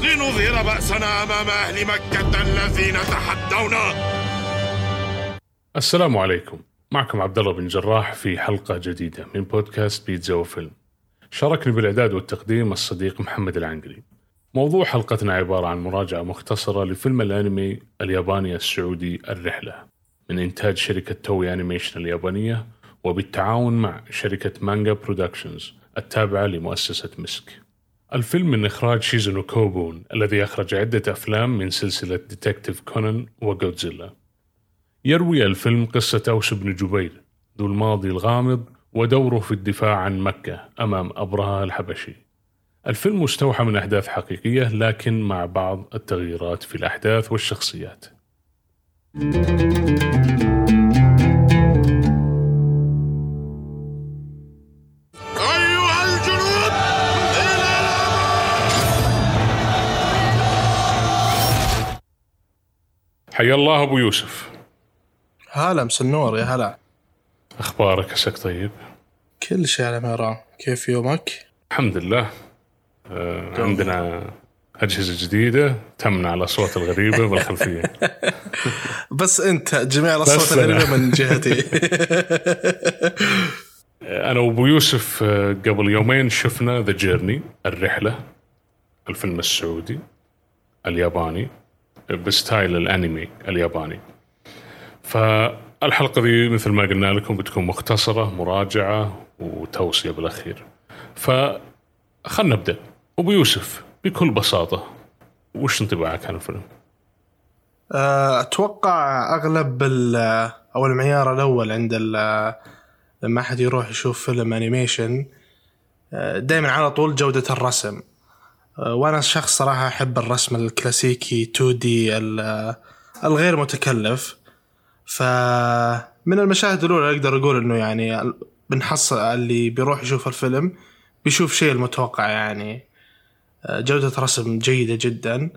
لنظهر بأسنا أمام أهل مكة الذين تحدونا. السلام عليكم، معكم عبد الله بن جراح في حلقة جديدة من بودكاست بيتزا وفيلم. شاركني بالإعداد والتقديم الصديق محمد العنقري. موضوع حلقتنا عبارة عن مراجعة مختصرة لفيلم الأنمي الياباني السعودي الرحلة من إنتاج شركة توي أنيميشن اليابانية وبالتعاون مع شركة مانجا برودكشنز التابعة لمؤسسة مسك. الفيلم من إخراج شيزونو كوبون الذي أخرج عدة أفلام من سلسلة ديتكتيف كونان وغودزيلا. يروي الفيلم قصة أوس بن جبير ذو الماضي الغامض ودوره في الدفاع عن مكة أمام أبرهة الحبشي. الفيلم مستوحى من أحداث حقيقية لكن مع بعض التغييرات في الأحداث والشخصيات. أيها الجنود إلى حيا الله أبو يوسف. هلا مسنور يا هلا. أخبارك عساك طيب؟ كل شيء على ما يرام. كيف يومك؟ الحمد لله. عندنا أجهزة جديدة تمنع الأصوات الغريبة بالخلفية. بس أنت جميع الأصوات الغريبة من جهتي. أنا وأبو يوسف قبل يومين شفنا The Journey الرحلة، الفيلم السعودي الياباني بستايل الأنمي الياباني. فالحلقة دي مثل ما قلنا لكم بتكون مختصرة، مراجعة وتوصية بالأخير. فخلنا نبدأ. أبو يوسف بكل بساطة وش انطباعك عن الفيلم؟ أتوقع أغلب أو المعيار الأول عند لما أحد يروح يشوف فيلم أنيميشن دائما على طول جودة الرسم. وأنا شخص صراحة أحب الرسم الكلاسيكي 2D الغير متكلف. فمن المشاهد الأولى أقدر أقول إنه يعني بنحصل اللي بيروح يشوف الفيلم بيشوف شيء المتوقع، يعني جودة رسم جيدة جدا.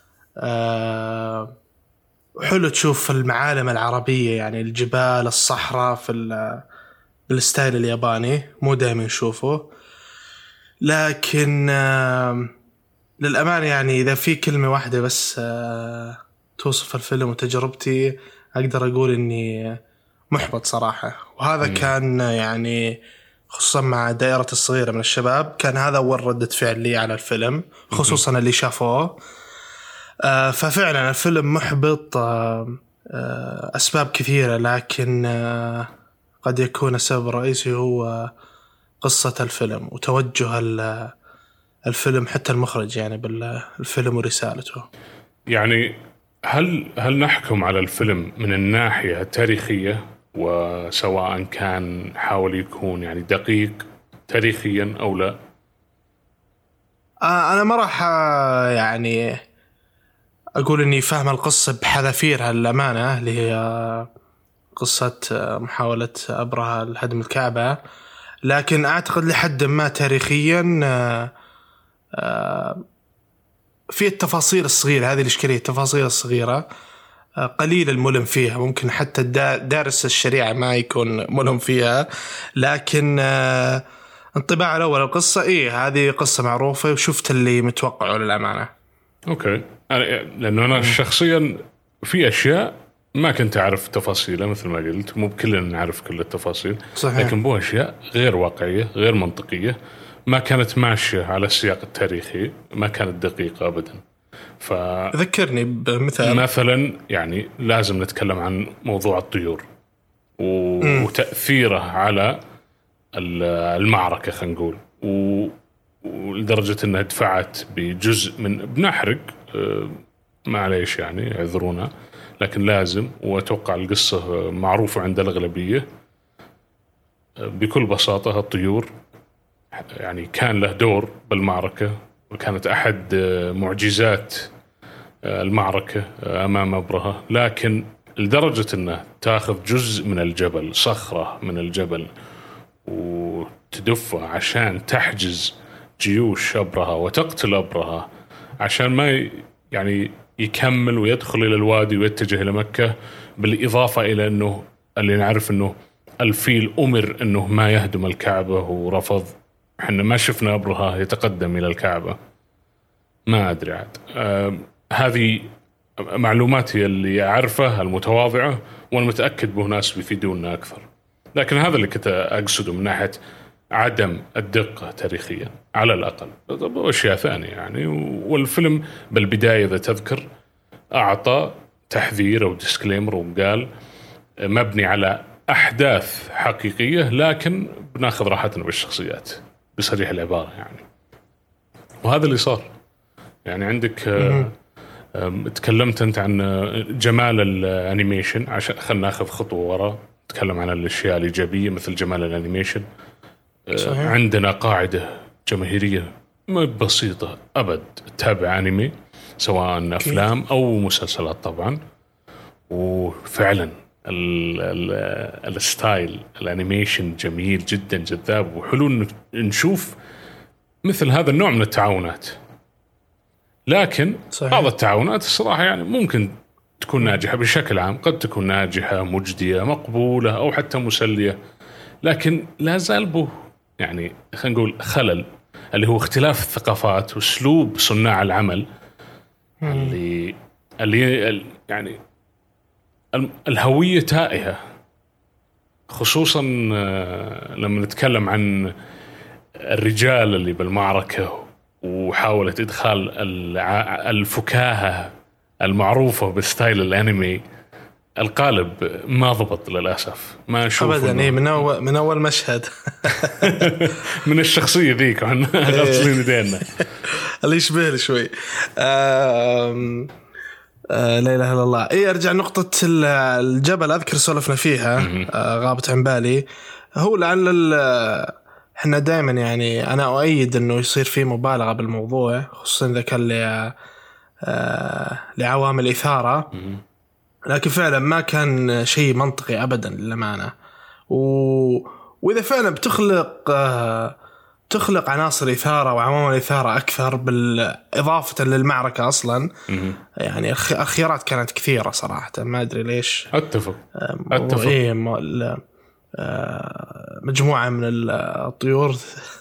حلو تشوف المعالم العربية، يعني الجبال الصحراء في بالستايل الياباني مو دائما نشوفه. لكن للأمانة يعني إذا في كلمة واحدة بس توصف الفيلم وتجربتي أقدر أقول إني محبط صراحة. وهذا كان يعني خصوصا مع دائرة الصغيرة من الشباب كان هذا أول ردة فعل لي على الفيلم، خصوصا اللي شافوه. ففعلا الفيلم محبط أسباب كثيرة، لكن قد يكون السبب الرئيسي هو قصة الفيلم وتوجه الفيلم، حتى المخرج يعني بالفيلم ورسالته. يعني هل نحكم على الفيلم من الناحية التاريخية، وسواء كان حاول يكون يعني دقيق تاريخيا أو لا؟ أنا ما راح يعني أقول إني فاهم القصة بحذافيرها الأمانة، اللي هي قصة محاولة أبرهة لهدم الكعبة، لكن أعتقد لحد ما تاريخيا في التفاصيل الصغيرة هذه الإشكالية، التفاصيل الصغيرة قليل الملم فيها. ممكن حتى دارس الشريعة ما يكون ملم فيها، لكن انطباع الأول القصة هذه قصة معروفة وشفت اللي متوقعه للأمانة. أوكي. لأنه أنا شخصيا في أشياء ما كنت أعرف تفاصيلها، مثل ما قلت مو بكلنا نعرف كل التفاصيل. صحيح. لكن بو أشياء غير واقعية غير منطقية، ما كانت ماشية على السياق التاريخي، ما كانت دقيقة أبدا. ذكرني بمثال. مثلا يعني لازم نتكلم عن موضوع الطيور وتأثيره على المعركة، خلينا نقول، ولدرجة أنها دفعت بجزء من بنحرق معليش يعني اعذرونا، لكن لازم. وأتوقع القصة معروفة عند الأغلبية. بكل بساطة الطيور يعني كان له دور بالمعركة، وكانت أحد معجزات المعركة أمام أبرهة، لكن لدرجة أنه تأخذ جزء من الجبل، صخرة من الجبل، وتدفه عشان تحجز جيوش أبرهة وتقتل أبرهة عشان ما يعني يكمل ويدخل إلى الوادي ويتجه إلى مكة. بالإضافة إلى أنه اللي نعرف أنه الفيل أمر أنه ما يهدم الكعبة ورفض. إحنا ما شفنا أبرهة يتقدم إلى الكعبة. ما أدري عاد. هذه معلوماتي اللي أعرفها المتواضعة، وأنا متأكد به ناس بيفيدونا أكثر، لكن هذا اللي كنت أقصده من ناحية عدم الدقة تاريخيا على الأقل. وأشياء ثانية يعني. والفيلم بالبداية إذا تذكر أعطى تحذير أو ديسكليمر وقال مبني على أحداث حقيقية لكن بناخذ راحتنا بالشخصيات بصريح العبارة يعني. وهذا اللي صار يعني. عندك تكلمت أنت عن جمال الأنيميشن، عشان خلنا ناخذ خطوة وراء نتكلم عن الأشياء الإيجابية مثل جمال الأنيميشن. صحيح. عندنا قاعدة جماهيرية بسيطة أبد تتابع أنمي سواء أفلام أو مسلسلات طبعا، وفعلا الستايل الأنيميشن جميل جدا جذاب وحلو نشوف مثل هذا النوع من التعاونات. لكن صحيح. بعض التعاونات الصراحة يعني ممكن تكون ناجحة بشكل عام، قد تكون ناجحة مجدية مقبولة أو حتى مسلية، لكن لا زال به يعني خلينا نقول خلل، اللي هو اختلاف الثقافات واسلوب صناع العمل اللي يعني الهوية تائهة، خصوصا لما نتكلم عن الرجال اللي بالمعركة وحاولت إدخال الفكاهة المعروفة بستايل الأنمي. القالب ما ضبط للأسف، ما أشوف أبدا. إيه من أول مشهد من الشخصية ذيك غسلين يدينا اللي يشبه لي شوي. لا إله إلا الله. إيه أرجع نقطة الجبل، أذكر سولفنا فيها غابت عن بالي. هو لعل إحنا دائما يعني أنا أؤيد إنه يصير فيه مبالغة بالموضوع، خصوصا إذا كان لعوامل إثارة، لكن فعلا ما كان شيء منطقي أبدا للأمانة. وإذا فعلا تخلق عناصر إثارة وعوامل إثارة أكثر بالإضافة للمعركة أصلا، يعني الخيارات كانت كثيرة صراحة، ما أدري ليش. أتفق. إيه مجموعة من الطيور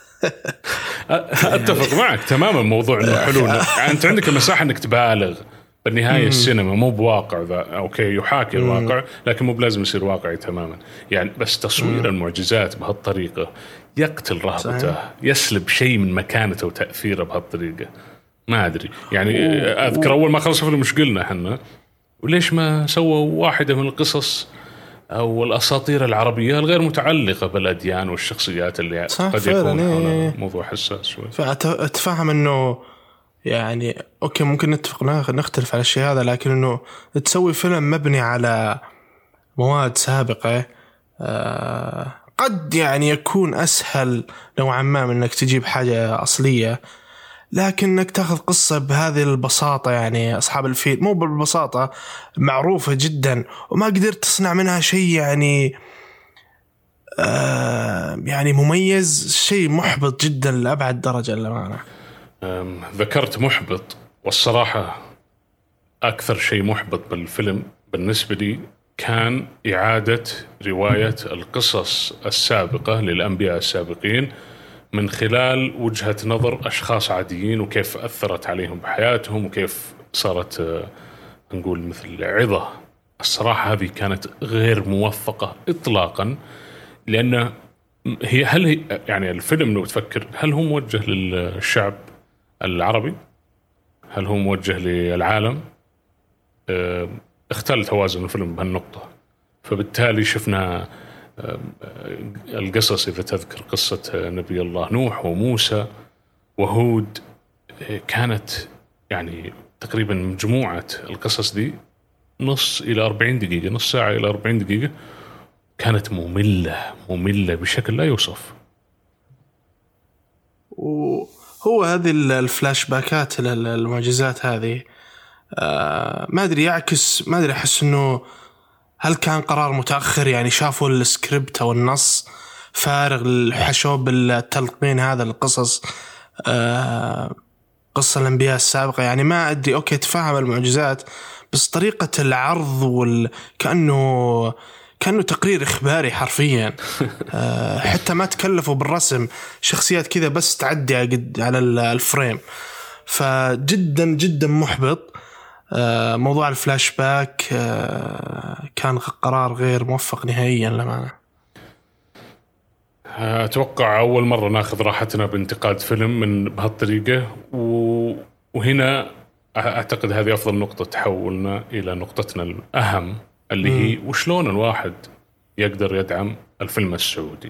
أتفق معك تماما. موضوع إنه حلو يعني أنت عندك المساحة إنك تبالغ. بالنهاية السينما مو بواقع ذا، أوكي يحاكي الواقع لكن مو بلازم يصير واقعي تماما يعني. بس تصوير المعجزات بهالطريقة يقتل رهبته، يسلب شيء من مكانته وتأثيره بهالطريقة. ما أدري يعني. أذكر أول ما خلص الفيلم مش قلنا إحنا وليش ما سووا واحدة من القصص أو الأساطير العربية الغير متعلقة بالأديان والشخصيات اللي قد يكون موضوع حساس شوي. فأتفهم إنه يعني أوكي ممكن نتفق نختلف على الشيء هذا، لكن إنه تسوي فيلم مبني على مواد سابقة قد يعني يكون أسهل نوعا ما من إنك تجيب حاجة أصلية، لكن إنك تأخذ قصة بهذه البساطة يعني أصحاب الفيل مو بالبساطة معروفة جدا وما قدرت تصنع منها شيء يعني يعني مميز، شيء محبط جدا لأبعد درجة للأمانة. ذكرت محبط، والصراحة أكثر شيء محبط بالفيلم بالنسبة لي كان إعادة رواية القصص السابقة للأنبياء السابقين من خلال وجهة نظر أشخاص عاديين، وكيف أثرت عليهم بحياتهم وكيف صارت نقول مثل عظة. الصراحة هذه كانت غير موفقة إطلاقا، لأن هل هي يعني الفيلم لو تفكر هل هو موجه للشعب العربي؟ هل هو موجه للعالم؟ اختل توازن الفيلم بهالنقطة. فبالتالي شفنا القصص، إذا تذكر قصة نبي الله نوح وموسى وهود، كانت يعني تقريبا مجموعة القصص دي نص إلى 40 دقيقة، نص ساعة إلى 40 دقيقة، كانت مملة بشكل لا يوصف. وهو هذه الفلاش باكات المعجزات هذه ما أدري يعكس، ما أدري أحس إنه هل كان قرار متأخر، يعني شافوا السكريبت أو النص فارغ الحشو بالتلقين هذا القصص قصة الأنبياء السابقة، يعني ما أدري. أوكي تفهم المعجزات بس طريقة العرض كأنه تقرير إخباري حرفيا. حتى ما تكلفوا بالرسم، شخصيات كذا بس تعدي على الفريم. فجدا جدا محبط. موضوع الفلاش باك كان قرار غير موفق نهائيا للأمانة. أتوقع أول مرة ناخذ راحتنا بانتقاد فيلم من بهالطريقة، وهنا أعتقد هذه أفضل نقطة تحولنا إلى نقطتنا الأهم اللي هي وشلون الواحد يقدر يدعم الفيلم السعودي.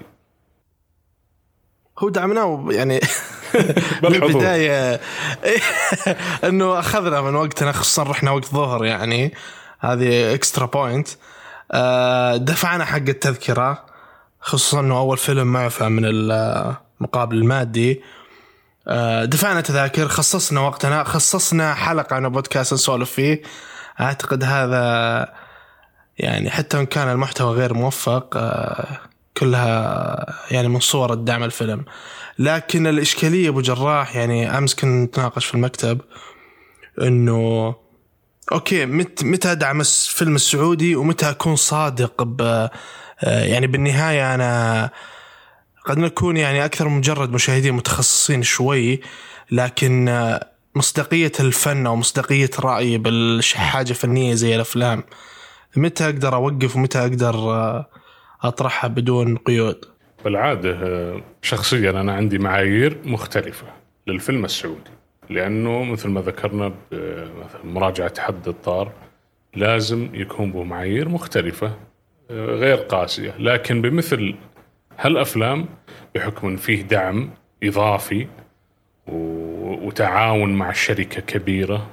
هو دعمناه يعني بالبداية أنه أخذنا من وقتنا، خصوصا رحنا وقت ظهر، يعني هذه إكسترا بوينت. دفعنا حق التذكرة، خصوصا أنه أول فيلم معفى من المقابل المادي. دفعنا تذاكر، خصصنا وقتنا، خصصنا حلقة عن بودكاست نسولف فيه. أعتقد هذا يعني حتى إن كان المحتوى غير موفق كلها يعني من صور الدعم الفيلم. لكن الإشكالية أبو جراح، يعني أمس كنت نتناقش في المكتب إنه أوكي متى أدعم الفيلم السعودي ومتى أكون صادق يعني بالنهاية أنا قد نكون يعني أكثر مجرد مشاهدين متخصصين شوي، لكن مصداقية الفن أو مصداقية رأيي بالحاجة فنية زي الأفلام متى أقدر أوقف ومتى أقدر أطرحها بدون قيود. بالعادة شخصيا أنا عندي معايير مختلفة للفيلم السعودي، لأنه مثل ما ذكرنا مثل مراجعة حد الطار لازم يكون به معايير مختلفة غير قاسية. لكن بمثل هالأفلام بحكم فيه دعم إضافي وتعاون مع شركة كبيرة،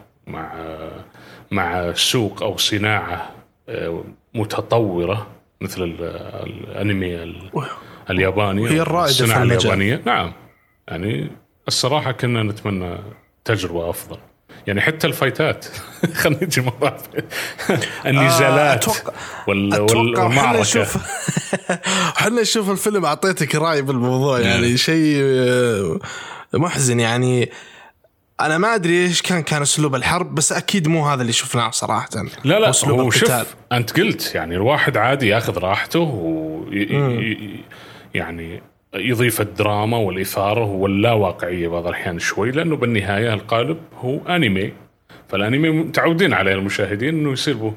مع سوق أو صناعة متطورة مثل الأنمي الياباني، هي الرائدة في اليابانية. نعم، يعني الصراحة كنا نتمنى تجربة أفضل. يعني حتى الفايتات خلينا نجي مرات النزالات والمعركة. حنا نشوف الفيلم، أعطيتك رأي بالموضوع يعني شيء محزن. يعني أنا ما أدري إيش كان أسلوب الحرب، بس أكيد مو هذا اللي شفناه صراحة. لا هو شوف، أنت قلت يعني الواحد عادي يأخذ راحته يعني يضيف الدراما والإثارة واللا واقعية بعض الأحيان شوي، لأنه بالنهاية القالب هو أنمي، فالأنمي متعودين عليه المشاهدين إنه يصير به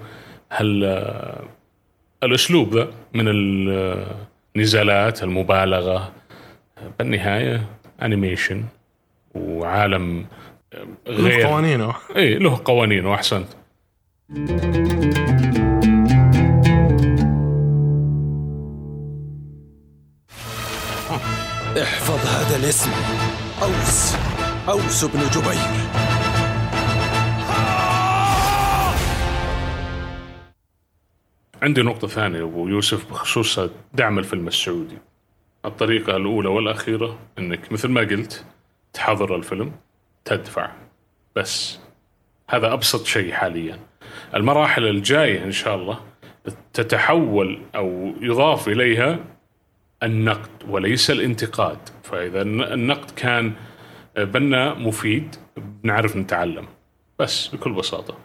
الأسلوب ذا من النزالات المبالغة. بالنهاية أنيميشن وعالم غير له قوانينه. له قوانينه. أحسنت. احفظ هذا الاسم، أوس بن جبير. عندي نقطة ثانية أبو يوسف بخصوص دعم الفيلم السعودي. الطريقة الأولى والأخيرة أنك مثل ما قلت تحضر الفيلم، تدفع، بس هذا أبسط شيء حاليا. المراحل الجاية إن شاء الله تتحول أو يضاف إليها النقد وليس الانتقاد. فإذا النقد كان بنا مفيد بنعرف نتعلم بس بكل بساطة،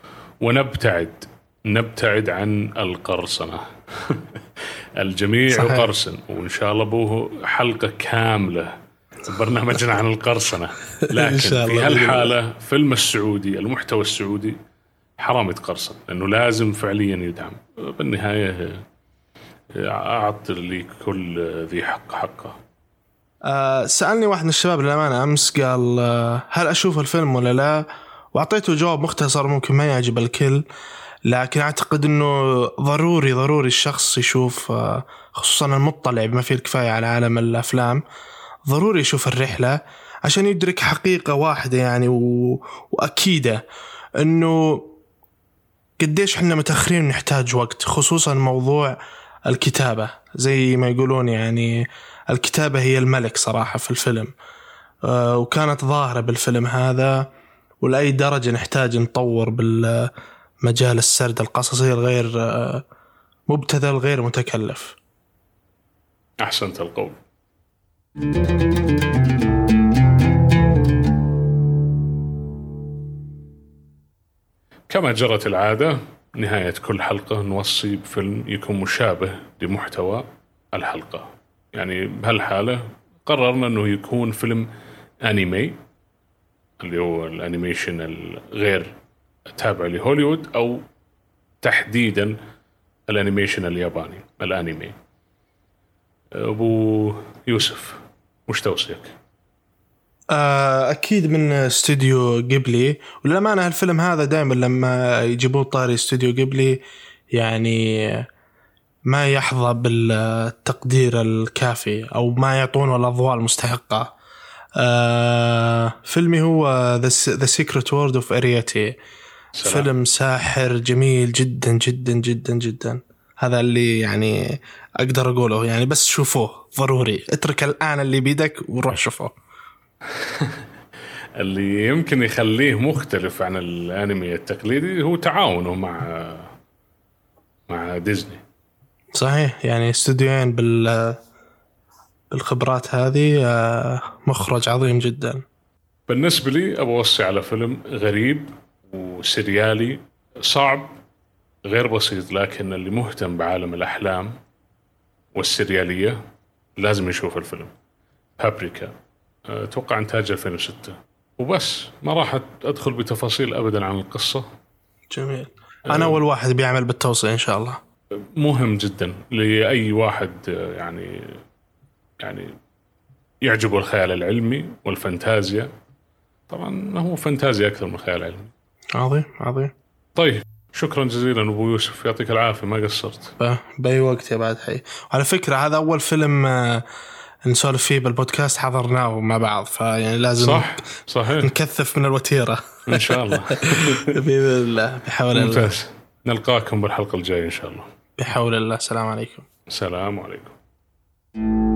ونبتعد عن القرصنة. الجميع صحيح. قرصن، وإن شاء الله بوه حلقة كاملة برنامجنا عن القرصنة. لكن في هالحالة فيلم السعودي، المحتوى السعودي حرام يتقرصن، لأنه لازم فعليا يدعم. بالنهاية أعطي لي كل ذي حق حقه. سألني واحد من الشباب للأمانة أمس، قال هل أشوف الفيلم ولا لا، وأعطيته جواب مختصر ممكن ما يعجب الكل، لكن أعتقد أنه ضروري الشخص يشوف، خصوصا المطلع بما فيه الكفاية على عالم الأفلام، ضروري يشوف الرحلة عشان يدرك حقيقة واحدة يعني وأكيدة أنه قديش حنا متأخرين نحتاج وقت، خصوصا موضوع الكتابة. زي ما يقولون يعني الكتابة هي الملك صراحة في الفيلم، وكانت ظاهرة بالفيلم هذا. ولأي درجة نحتاج نطور بالمجال السرد القصصي الغير مبتذل غير متكلف. أحسنت القول. كما جرت العادة نهاية كل حلقة نوصي بفيلم يكون مشابه لمحتوى الحلقة. يعني بهالحالة قررنا أنه يكون فيلم أنمي اللي هو الأنيميشن الغير تابع لهوليوود، أو تحديدا الأنيميشن الياباني الأنمي. أبو يوسف وش توصيك؟ أكيد من استوديو جيبلي. وللأمانة الفيلم هذا دائما لما يجيبون طاري استوديو جيبلي يعني ما يحظى بالتقدير الكافي أو ما يعطونه الأضواء المستحقة. فيلمي هو The Secret World of Ariete. فيلم ساحر جميل جدا جدا جدا جدا. هذا اللي يعني أقدر أقوله يعني. بس شوفوه ضروري، اترك الآن اللي بيدك وروح شوفوه. اللي يمكن يخليه مختلف عن الأنمي التقليدي هو تعاونه مع ديزني. صحيح، يعني استوديوين بالخبرات هذه، مخرج عظيم جدا. بالنسبة لي أبو أوصي على فيلم غريب وسريالي صعب غير بسيط، لكن اللي مهتم بعالم الأحلام والسريالية لازم يشوف الفيلم بابريكا. أتوقع إنتاج 2006 وبس. ما راح أدخل بتفاصيل أبدا عن القصة. جميل. أنا أول واحد بيعمل بالتوصية إن شاء الله. مهم جدا لأي واحد يعني يعجبه الخيال العلمي والفانتازيا. طبعا هو فانتازيا أكثر من خيال علمي. عظيم عظيم. طيب شكرا جزيلا أبو يوسف، يعطيك العافية، ما قصرت. بأي وقت يا بعد حي. على فكرة هذا أول فيلم نسولف فيه بالبودكاست، حضرناه مع بعض، فيعني لازم صحيح نكثف من الوتيرة إن شاء الله. بإذن الله بحول الله. ممتاز. نلقاكم بالحلقة الجاية إن شاء الله. بحول الله. السلام عليكم. السلام عليكم.